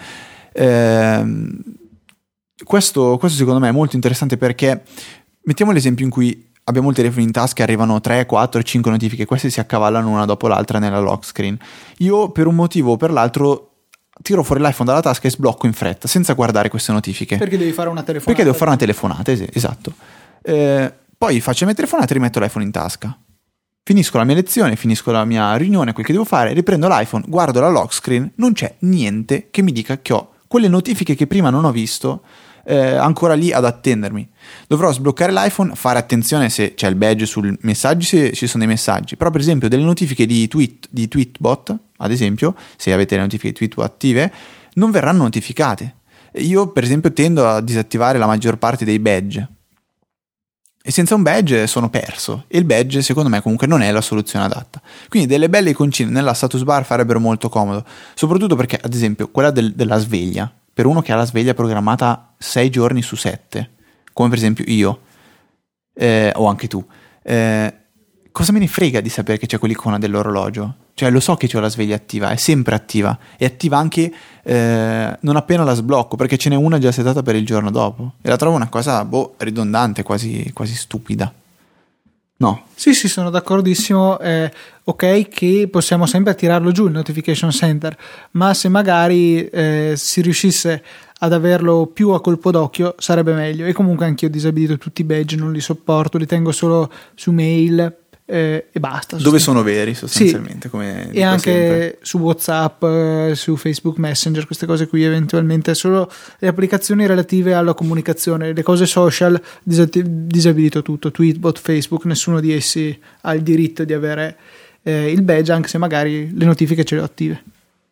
Questo secondo me è molto interessante, perché mettiamo l'esempio in cui abbiamo il telefono in tasca e arrivano 3, 4, 5 notifiche, queste si accavallano una dopo l'altra nella lock screen. Io per un motivo o per l'altro tiro fuori l'iPhone dalla tasca e sblocco in fretta senza guardare queste notifiche. Perché devi fare una telefonata? Perché devo fare una telefonata, esatto. Poi faccio la mia telefonata e rimetto l'iPhone in tasca. Finisco la mia lezione, finisco la mia riunione, quel che devo fare, riprendo l'iPhone, guardo la lock screen, non c'è niente che mi dica che ho quelle notifiche che prima non ho visto ancora lì ad attendermi. Dovrò sbloccare l'iPhone, fare attenzione se c'è il badge sul messaggi, se ci sono dei messaggi. Però per esempio delle notifiche di Tweetbot, ad esempio, se avete le notifiche di Tweetbot attive, non verranno notificate. Io per esempio tendo a disattivare la maggior parte dei badge. E senza un badge sono perso, e il badge secondo me comunque non è la soluzione adatta. Quindi delle belle iconcine nella status bar farebbero molto comodo, soprattutto perché ad esempio quella della sveglia, per uno che ha la sveglia programmata 6 giorni su 7, come per esempio io, o anche tu, cosa me ne frega di sapere che c'è quell'icona dell'orologio? Cioè lo so che c'ho la sveglia attiva, è sempre attiva, è attiva anche non appena la sblocco, perché ce n'è una già settata per il giorno dopo, e la trovo una cosa ridondante, quasi stupida. No? Sì, sono d'accordissimo. Ok che possiamo sempre tirarlo giù il notification center, ma se magari si riuscisse ad averlo più a colpo d'occhio sarebbe meglio. E comunque anch'io ho disabilito tutti i badge, non li sopporto, li tengo solo su mail e basta. Dove sono veri sostanzialmente, sì. Come e anche sempre. Su WhatsApp, su Facebook Messenger, queste cose qui eventualmente, solo le applicazioni relative alla comunicazione, le cose social disabilito tutto, Tweetbot, Facebook, nessuno di essi ha il diritto di avere il badge, anche se magari le notifiche ce le ho attive.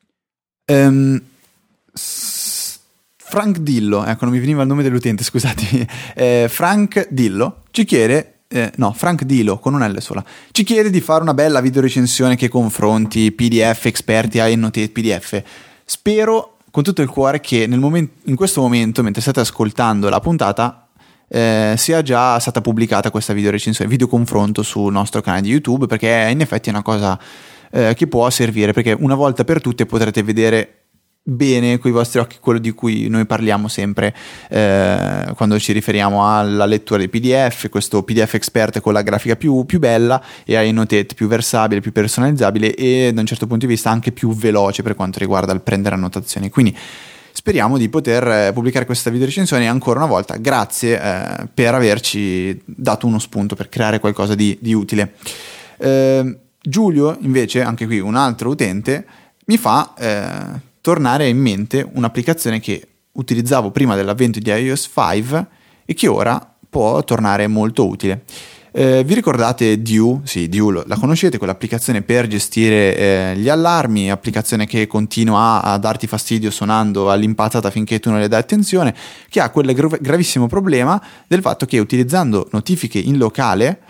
Frank Dillo, ecco, non mi veniva il nome dell'utente, scusatemi. Frank Dillo ci chiede Frank Dilo con un L sola, ci chiede di fare una bella videorecensione che confronti PDF esperti a Annotate PDF. Spero con tutto il cuore che in questo momento, mentre state ascoltando la puntata, sia già stata pubblicata questa videorecensione, video confronto sul nostro canale di YouTube, perché in effetti è una cosa che può servire, perché una volta per tutte potrete vedere bene coi vostri occhi quello di cui noi parliamo sempre quando ci riferiamo alla lettura dei PDF, questo PDF Expert con la grafica più bella, e a Annotate più versabile, più personalizzabile e da un certo punto di vista anche più veloce per quanto riguarda il prendere annotazioni. Quindi speriamo di poter pubblicare questa video recensione, e ancora una volta grazie per averci dato uno spunto per creare qualcosa di utile. Giulio invece, anche qui un altro utente, mi fa tornare in mente un'applicazione che utilizzavo prima dell'avvento di iOS 5 e che ora può tornare molto utile. Vi ricordate Dew? Sì, Dew la conoscete, quell'applicazione per gestire gli allarmi, applicazione che continua a darti fastidio suonando all'impazzata finché tu non le dai attenzione, che ha quel gravissimo problema del fatto che utilizzando notifiche in locale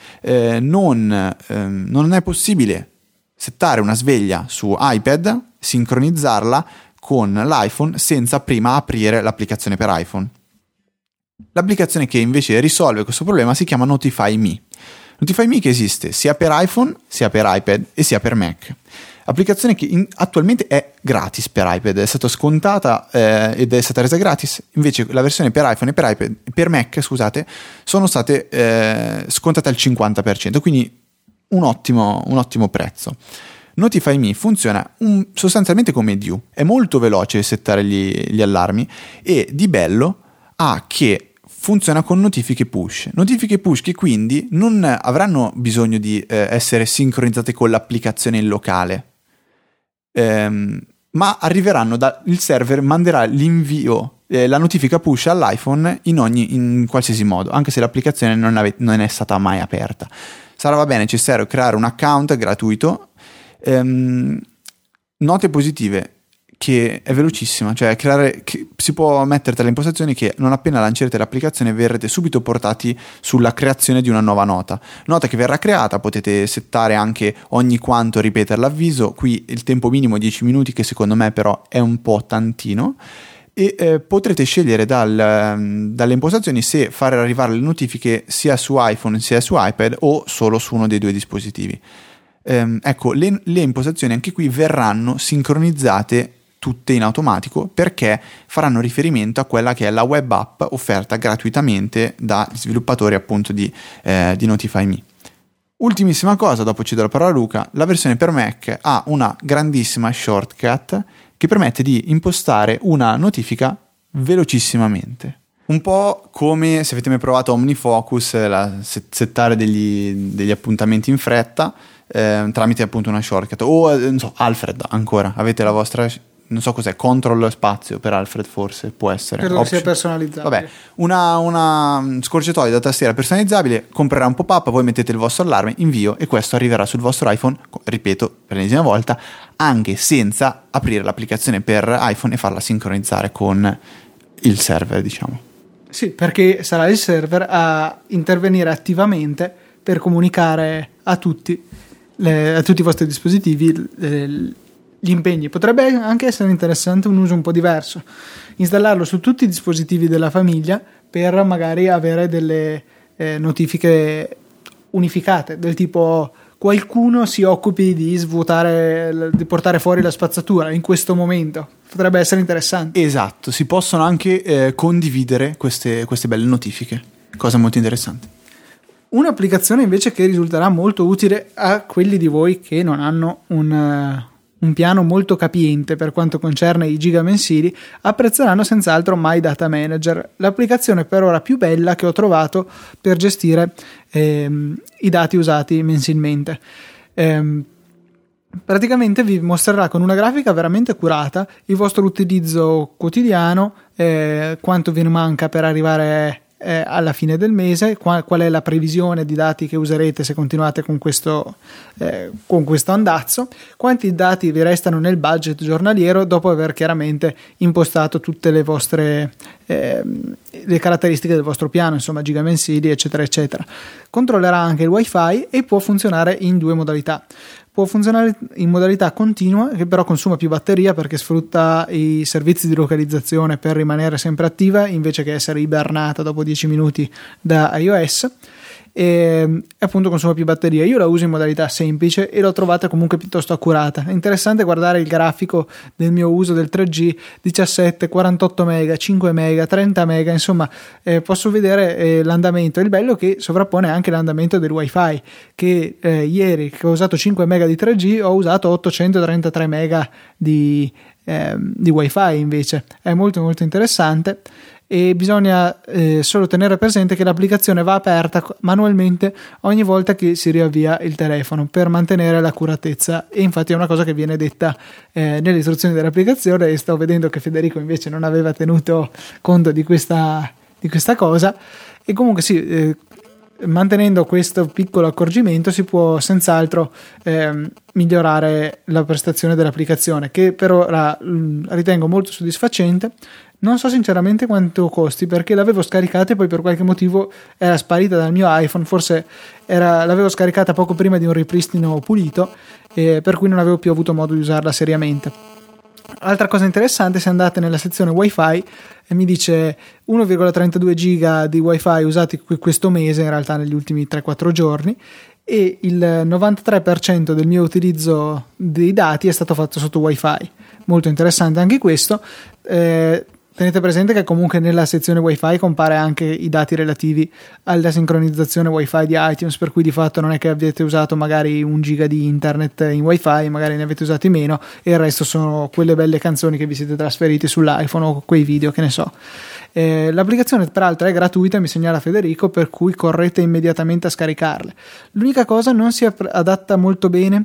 non è possibile settare una sveglia su iPad, sincronizzarla con l'iPhone senza prima aprire l'applicazione per iPhone. L'applicazione che invece risolve questo problema si chiama Notify Me. Notify Me che esiste sia per iPhone, sia per iPad e sia per Mac. Applicazione che attualmente è gratis per iPad, è stata scontata ed è stata resa gratis, invece la versione per iPhone e per iPad, per Mac, scusate, sono state scontate al 50%, quindi un ottimo prezzo. Notify Me funziona sostanzialmente come Dew, è molto veloce settare gli allarmi e di bello ha che funziona con notifiche push che quindi non avranno bisogno di essere sincronizzate con l'applicazione in locale, ma arriveranno il server manderà l'invio, la notifica push all'iPhone in qualsiasi modo, anche se l'applicazione non è stata mai aperta. Sarà necessario creare un account gratuito. Note positive, che è velocissima, cioè si può mettere delle impostazioni che non appena lancerete l'applicazione verrete subito portati sulla creazione di una nuova nota che verrà creata. Potete settare anche ogni quanto ripetere l'avviso, qui il tempo minimo è 10 minuti, che secondo me però è un po' tantino, e potrete scegliere dalle impostazioni se fare arrivare le notifiche sia su iPhone sia su iPad o solo su uno dei due dispositivi. Ecco, le impostazioni anche qui verranno sincronizzate tutte in automatico, perché faranno riferimento a quella che è la web app offerta gratuitamente dagli sviluppatori appunto di Notify Me. Ultimissima cosa, dopo ci do la parola a Luca, la versione per Mac ha una grandissima shortcut che permette di impostare una notifica velocissimamente. Un po' come se avete mai provato OmniFocus, settare degli appuntamenti in fretta tramite appunto una shortcut, o non so, Alfred ancora, avete la vostra non so cos'è, control spazio per Alfred, forse può essere. Credo che sia personalizzabile. Vabbè, una scorciatoia da tastiera personalizzabile, comprerà un pop-up, voi mettete il vostro allarme, invio, e questo arriverà sul vostro iPhone, ripeto per l'ennesima volta, anche senza aprire l'applicazione per iPhone e farla sincronizzare con il server, diciamo. Sì, perché sarà il server a intervenire attivamente per comunicare a tutti i vostri dispositivi gli impegni. Potrebbe anche essere interessante un uso un po' diverso, installarlo su tutti i dispositivi della famiglia per magari avere delle notifiche unificate, del tipo qualcuno si occupi di svuotare, di portare fuori la spazzatura in questo momento. Potrebbe essere interessante. Esatto, si possono anche condividere queste belle notifiche, cosa molto interessante. Un'applicazione invece che risulterà molto utile a quelli di voi che non hanno un piano molto capiente per quanto concerne i giga mensili, apprezzeranno senz'altro My Data Manager, l'applicazione per ora più bella che ho trovato per gestire i dati usati mensilmente. Praticamente vi mostrerà con una grafica veramente curata il vostro utilizzo quotidiano, quanto vi manca per arrivare alla fine del mese, qual è la previsione di dati che userete se continuate con questo andazzo, quanti dati vi restano nel budget giornaliero dopo aver chiaramente impostato tutte le vostre le caratteristiche del vostro piano, insomma giga mensili eccetera eccetera. Controllerà anche il wifi e può funzionare in due modalità. Può funzionare in modalità continua, che però consuma più batteria perché sfrutta i servizi di localizzazione per rimanere sempre attiva invece che essere ibernata dopo 10 minuti da iOS, e appunto consuma più batteria. Io la uso in modalità semplice e l'ho trovata comunque piuttosto accurata. È interessante guardare il grafico del mio uso del 3G: 17, 48 mega, 5 mega, 30 mega, insomma posso vedere l'andamento. Il bello è che sovrappone anche l'andamento del wifi, che ieri che ho usato 5 mega di 3G ho usato 833 mega di wifi invece. È molto molto interessante. E bisogna solo tenere presente che l'applicazione va aperta manualmente ogni volta che si riavvia il telefono per mantenere l'accuratezza, e infatti è una cosa che viene detta nelle istruzioni dell'applicazione, e sto vedendo che Federico invece non aveva tenuto conto di questa cosa. E comunque sì, mantenendo questo piccolo accorgimento si può senz'altro migliorare la prestazione dell'applicazione, che per ora ritengo molto soddisfacente. Non so sinceramente quanto costi, perché l'avevo scaricata e poi per qualche motivo era sparita dal mio iPhone, forse l'avevo scaricata poco prima di un ripristino pulito, per cui non avevo più avuto modo di usarla seriamente. Altra cosa interessante, se andate nella sezione wifi mi dice 1,32 giga di wifi usati questo mese, in realtà negli ultimi 3-4 giorni, e il 93% del mio utilizzo dei dati è stato fatto sotto wifi. Molto interessante anche questo. Tenete presente che comunque nella sezione wifi compare anche i dati relativi alla sincronizzazione wifi di iTunes, per cui di fatto non è che avete usato magari 1 giga di internet in wifi, magari ne avete usati meno e il resto sono quelle belle canzoni che vi siete trasferiti sull'iPhone o quei video, che ne so. L'applicazione peraltro è gratuita, mi segnala Federico, per cui correte immediatamente a scaricarle. L'unica cosa, non si adatta molto bene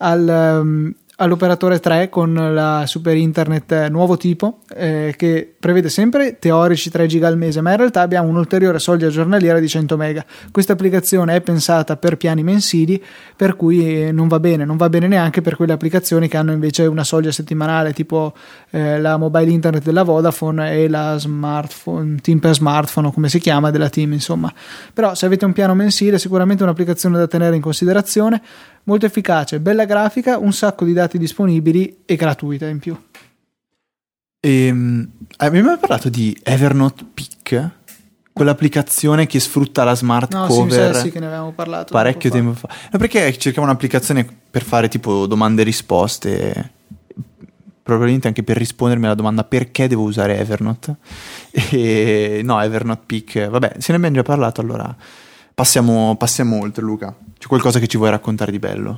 all'operatore 3 con la super internet nuovo tipo, che prevede sempre teorici 3 giga al mese, ma in realtà abbiamo un'ulteriore soglia giornaliera di 100 mega. Questa applicazione è pensata per piani mensili, per cui non va bene neanche per quelle applicazioni che hanno invece una soglia settimanale, tipo la mobile internet della Vodafone e la smartphone, team per smartphone o come si chiama, della team, insomma. Però se avete un piano mensile sicuramente un'applicazione da tenere in considerazione, molto efficace, bella grafica, un sacco di dati disponibili e gratuita in più. Abbiamo mai parlato di Evernote Peak? Quell'applicazione che sfrutta la smart cover? Sì, che ne avevamo parlato parecchio tempo fa. No, perché cercavo un'applicazione per fare tipo domande e risposte, probabilmente anche per rispondermi alla domanda perché devo usare Evernote. Evernote Peak, vabbè, se ne abbiamo già parlato, allora passiamo oltre. Luca, c'è qualcosa che ci vuoi raccontare di bello?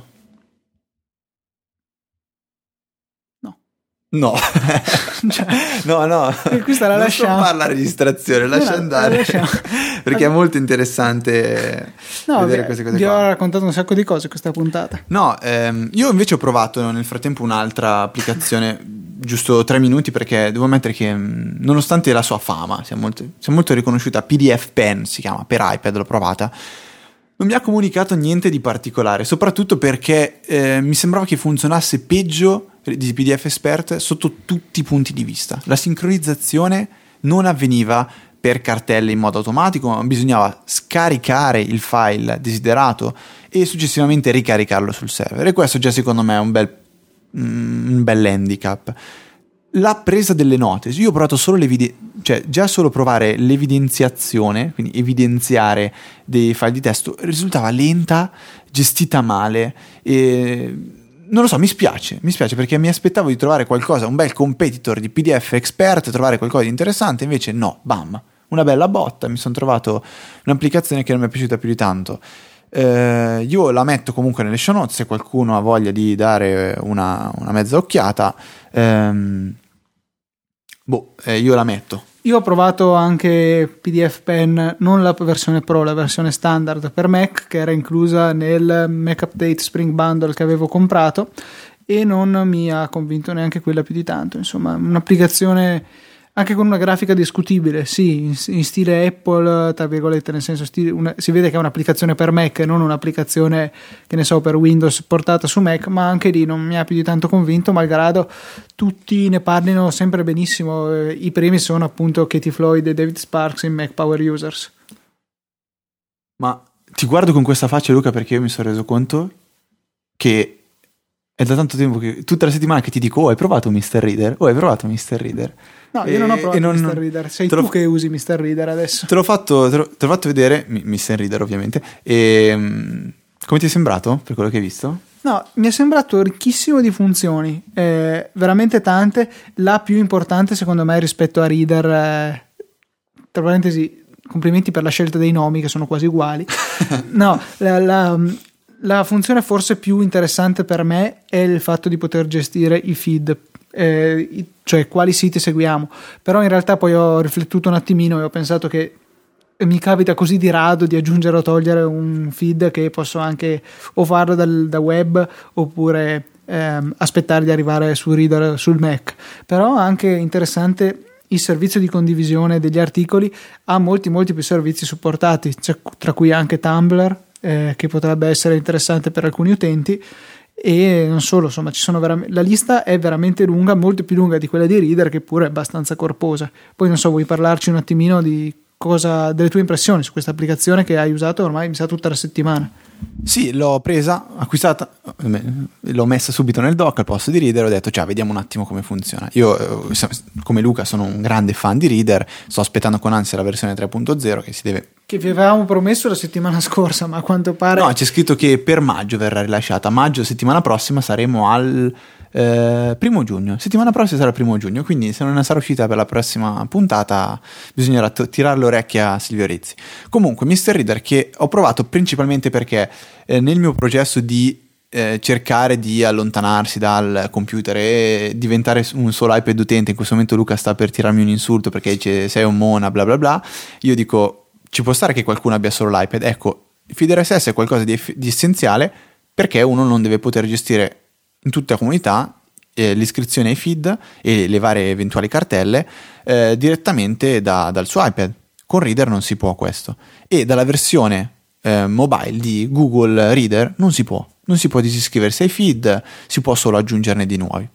No. No. Questa la lasciamo. Non parla registrazione, lascia andare. Perché è molto interessante vedere queste cose. Vi ho raccontato un sacco di cose questa puntata. No, io invece ho provato nel frattempo un'altra applicazione giusto 3 minuti, perché devo ammettere che nonostante la sua fama sia molto riconosciuta, PDF Pen si chiama, per iPad, l'ho provata, non mi ha comunicato niente di particolare, soprattutto perché mi sembrava che funzionasse peggio di PDF Expert sotto tutti i punti di vista. La sincronizzazione non avveniva per cartelle in modo automatico, ma bisognava scaricare il file desiderato e successivamente ricaricarlo sul server, e questo già secondo me è un bel handicap. La presa delle note, io ho provato solo già solo provare l'evidenziazione, quindi evidenziare dei file di testo, risultava lenta, gestita male, e non lo so, mi spiace perché mi aspettavo di trovare qualcosa, un bel competitor di PDF Expert, trovare qualcosa di interessante, invece no, bam, una bella botta, mi sono trovato un'applicazione che non mi è piaciuta più di tanto. Io la metto comunque nelle show notes se qualcuno ha voglia di dare una mezza occhiata. Io la metto. Io ho provato anche PDF Pen, non la versione Pro, la versione standard per Mac, che era inclusa nel Mac Update Spring Bundle che avevo comprato, e non mi ha convinto neanche quella più di tanto. Insomma, un'applicazione anche con una grafica discutibile, sì, in stile Apple, tra virgolette, nel senso si vede che è un'applicazione per Mac e non un'applicazione, che ne so, per Windows portata su Mac, ma anche lì non mi ha più di tanto convinto, malgrado tutti ne parlino sempre benissimo. I primi sono appunto Katie Floyd e David Sparks in Mac Power Users. Ma ti guardo con questa faccia, Luca, perché io mi sono reso conto che è da tanto tempo che tutta la settimana che ti dico: oh, hai provato Mr. Reader? No, io non ho provato Mr. Reader, sei tu che usi Mr. Reader adesso. Te l'ho fatto vedere, Mr. Reader ovviamente, e come ti è sembrato per quello che hai visto? No, mi è sembrato ricchissimo di funzioni, veramente tante. La più importante secondo me rispetto a Reader, tra parentesi, complimenti per la scelta dei nomi che sono quasi uguali. No, la funzione forse più interessante per me è il fatto di poter gestire i feed, cioè quali siti seguiamo. Però in realtà poi ho riflettuto un attimino e ho pensato che mi capita così di rado di aggiungere o togliere un feed che posso anche o farlo da web oppure aspettare di arrivare su Reader sul Mac. Però anche interessante il servizio di condivisione degli articoli, ha molti più servizi supportati, tra cui anche Tumblr, che potrebbe essere interessante per alcuni utenti, e non solo, insomma ci sono la lista è veramente lunga, molto più lunga di quella di Reader, che pure è abbastanza corposa. Poi non so, vuoi parlarci un attimino delle tue impressioni su questa applicazione che hai usato ormai mi sa tutta la settimana? Sì, l'ho presa, acquistata, l'ho messa subito nel dock al posto di Reader, ho detto vediamo un attimo come funziona. Io come Luca sono un grande fan di Reader, sto aspettando con ansia la versione 3.0 che vi avevamo promesso la settimana scorsa, ma a quanto pare no, c'è scritto che per maggio verrà rilasciata. Maggio, settimana prossima saremo al 1 giugno, settimana prossima sarà il 1 giugno, quindi se non sarà uscita per la prossima puntata bisognerà tirare l'orecchia a Silvio Rizzi. Comunque Mr. Reader, che ho provato principalmente perché nel mio processo di cercare di allontanarsi dal computer e diventare un solo iPad utente, in questo momento Luca sta per tirarmi un insulto perché dice sei un mona bla bla bla, io dico ci può stare che qualcuno abbia solo l'iPad, ecco, Feed RSS è qualcosa di essenziale, perché uno non deve poter gestire in tutta la comunità l'iscrizione ai feed e le varie eventuali cartelle direttamente dal suo iPad. Con Reader non si può questo, e dalla versione mobile di Google Reader non si può disiscriversi ai feed, si può solo aggiungerne di nuovi.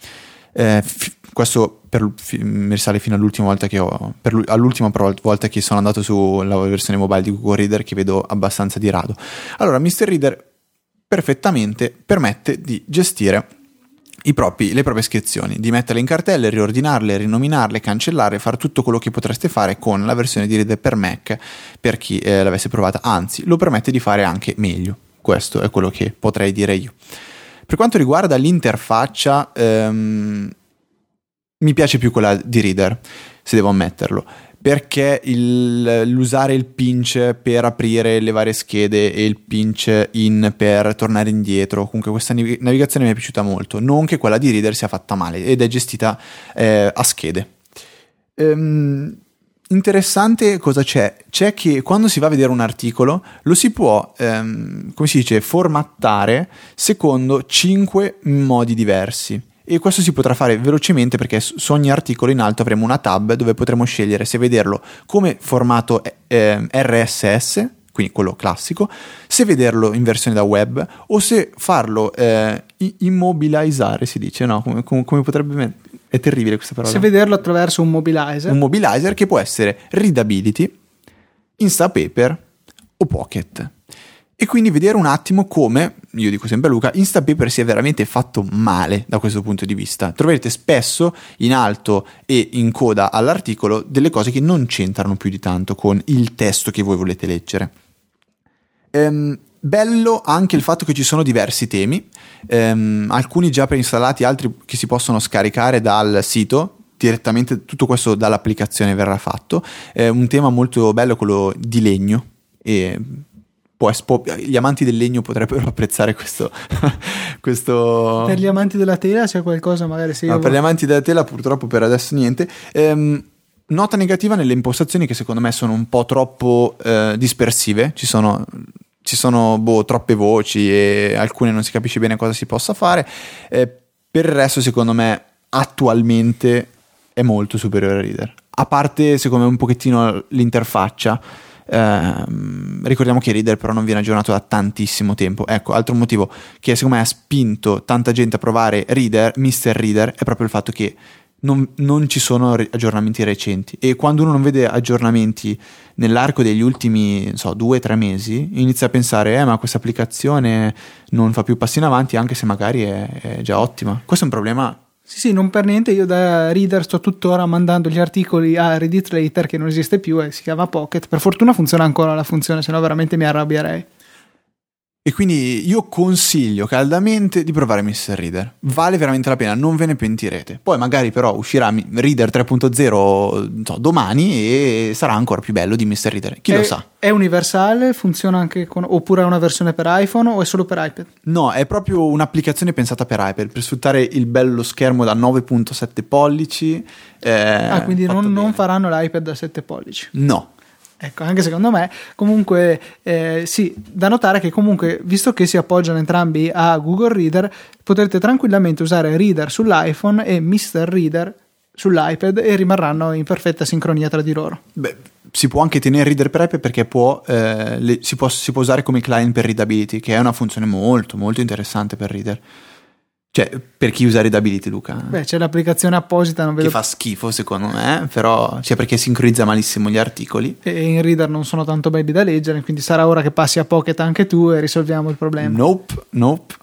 Questo mi risale fino all'ultima volta all'ultima volta che sono andato sulla versione mobile di Google Reader, che vedo abbastanza di rado. Allora Mr. Reader perfettamente permette di gestire le proprie iscrizioni, di metterle in cartelle, riordinarle, rinominarle, cancellarle, fare tutto quello che potreste fare con la versione di Reader per Mac per chi l'avesse provata, anzi lo permette di fare anche meglio. Questo è quello che potrei dire io. Per quanto riguarda l'interfaccia, mi piace più quella di Reader, se devo ammetterlo, perché l'usare il pinch per aprire le varie schede e il pinch in per tornare indietro, comunque questa navigazione mi è piaciuta molto, non che quella di Reader sia fatta male ed è gestita a schede. Interessante cosa c'è che quando si va a vedere un articolo lo si può come si dice formattare secondo 5 modi diversi, e questo si potrà fare velocemente perché su ogni articolo in alto avremo una tab dove potremo scegliere se vederlo come formato RSS, quindi quello classico, se vederlo in versione da web o se farlo immobilizzare, si dice, no? Come potrebbe... È terribile questa parola. Se vederlo attraverso un mobilizer. Un mobilizer che può essere Readability, Instapaper o Pocket. E quindi vedere un attimo come, io dico sempre a Luca, Instapaper sia veramente fatto male da questo punto di vista. Troverete spesso in alto e in coda all'articolo delle cose che non c'entrano più di tanto con il testo che voi volete leggere. Bello anche il fatto che ci sono diversi temi, alcuni già preinstallati, altri che si possono scaricare dal sito. Direttamente tutto questo dall'applicazione verrà fatto. Un tema molto bello, quello di legno, e gli amanti del legno potrebbero apprezzare questo. Per gli amanti della tela c'è qualcosa magari se io... No, per gli amanti della tela purtroppo per adesso niente. Nota negativa nelle impostazioni che secondo me sono un po' troppo dispersive. Ci sono troppe voci e alcune non si capisce bene cosa si possa fare. Per il resto secondo me attualmente è molto superiore a Reader, a parte secondo me un pochettino l'interfaccia. Ricordiamo che Reader però non viene aggiornato da tantissimo tempo. Ecco, altro motivo che secondo me ha spinto tanta gente a provare Mr. Reader è proprio il fatto che non ci sono aggiornamenti recenti, e quando uno non vede aggiornamenti nell'arco degli ultimi 2-3 mesi inizia a pensare ma questa applicazione non fa più passi in avanti, anche se magari è già ottima. Questo è un problema. Sì, non per niente, io da Reader sto tuttora mandando gli articoli a Read It Later, che non esiste più e si chiama Pocket. Per fortuna funziona ancora la funzione, se no veramente mi arrabbierei. E quindi io consiglio caldamente di provare Mr. Reader, vale veramente la pena, non ve ne pentirete. Poi magari però uscirà Reader 3.0 domani e sarà ancora più bello di Mr. Reader, chi lo sa. È universale, funziona anche oppure è una versione per iPhone o è solo per iPad? No, è proprio un'applicazione pensata per iPad, per sfruttare il bello schermo da 9.7 pollici. Quindi non faranno l'iPad da 7 pollici? No. Ecco, anche secondo me, comunque sì, da notare che comunque, visto che si appoggiano entrambi a Google Reader, potrete tranquillamente usare Reader sull'iPhone e Mr. Reader sull'iPad e rimarranno in perfetta sincronia tra di loro. Beh, si può anche tenere Reader per iPad perché si può usare come client per Readability, che è una funzione molto molto interessante per Reader. Cioè, per chi usa Readability, Luca? Beh, c'è l'applicazione apposita, non vedo... Che fa schifo secondo me, però perché sincronizza malissimo gli articoli. E in Reader non sono tanto belli da leggere, quindi sarà ora che passi a Pocket anche tu e risolviamo il problema. Nope.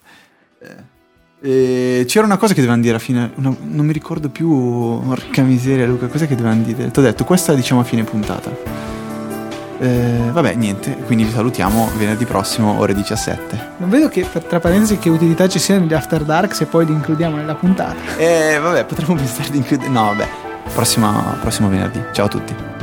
C'era una cosa che dovevano dire a fine... non mi ricordo più, porca miseria Luca, cos'è che dovevano dire? T'ho detto, questa diciamo a fine puntata. Vabbè, niente, quindi vi salutiamo venerdì prossimo ore 17. Non vedo che, tra parentesi, che utilità ci sia negli After Dark se poi li includiamo nella puntata. Vabbè, potremmo pensare di includere... No, vabbè, prossimo venerdì. Ciao a tutti.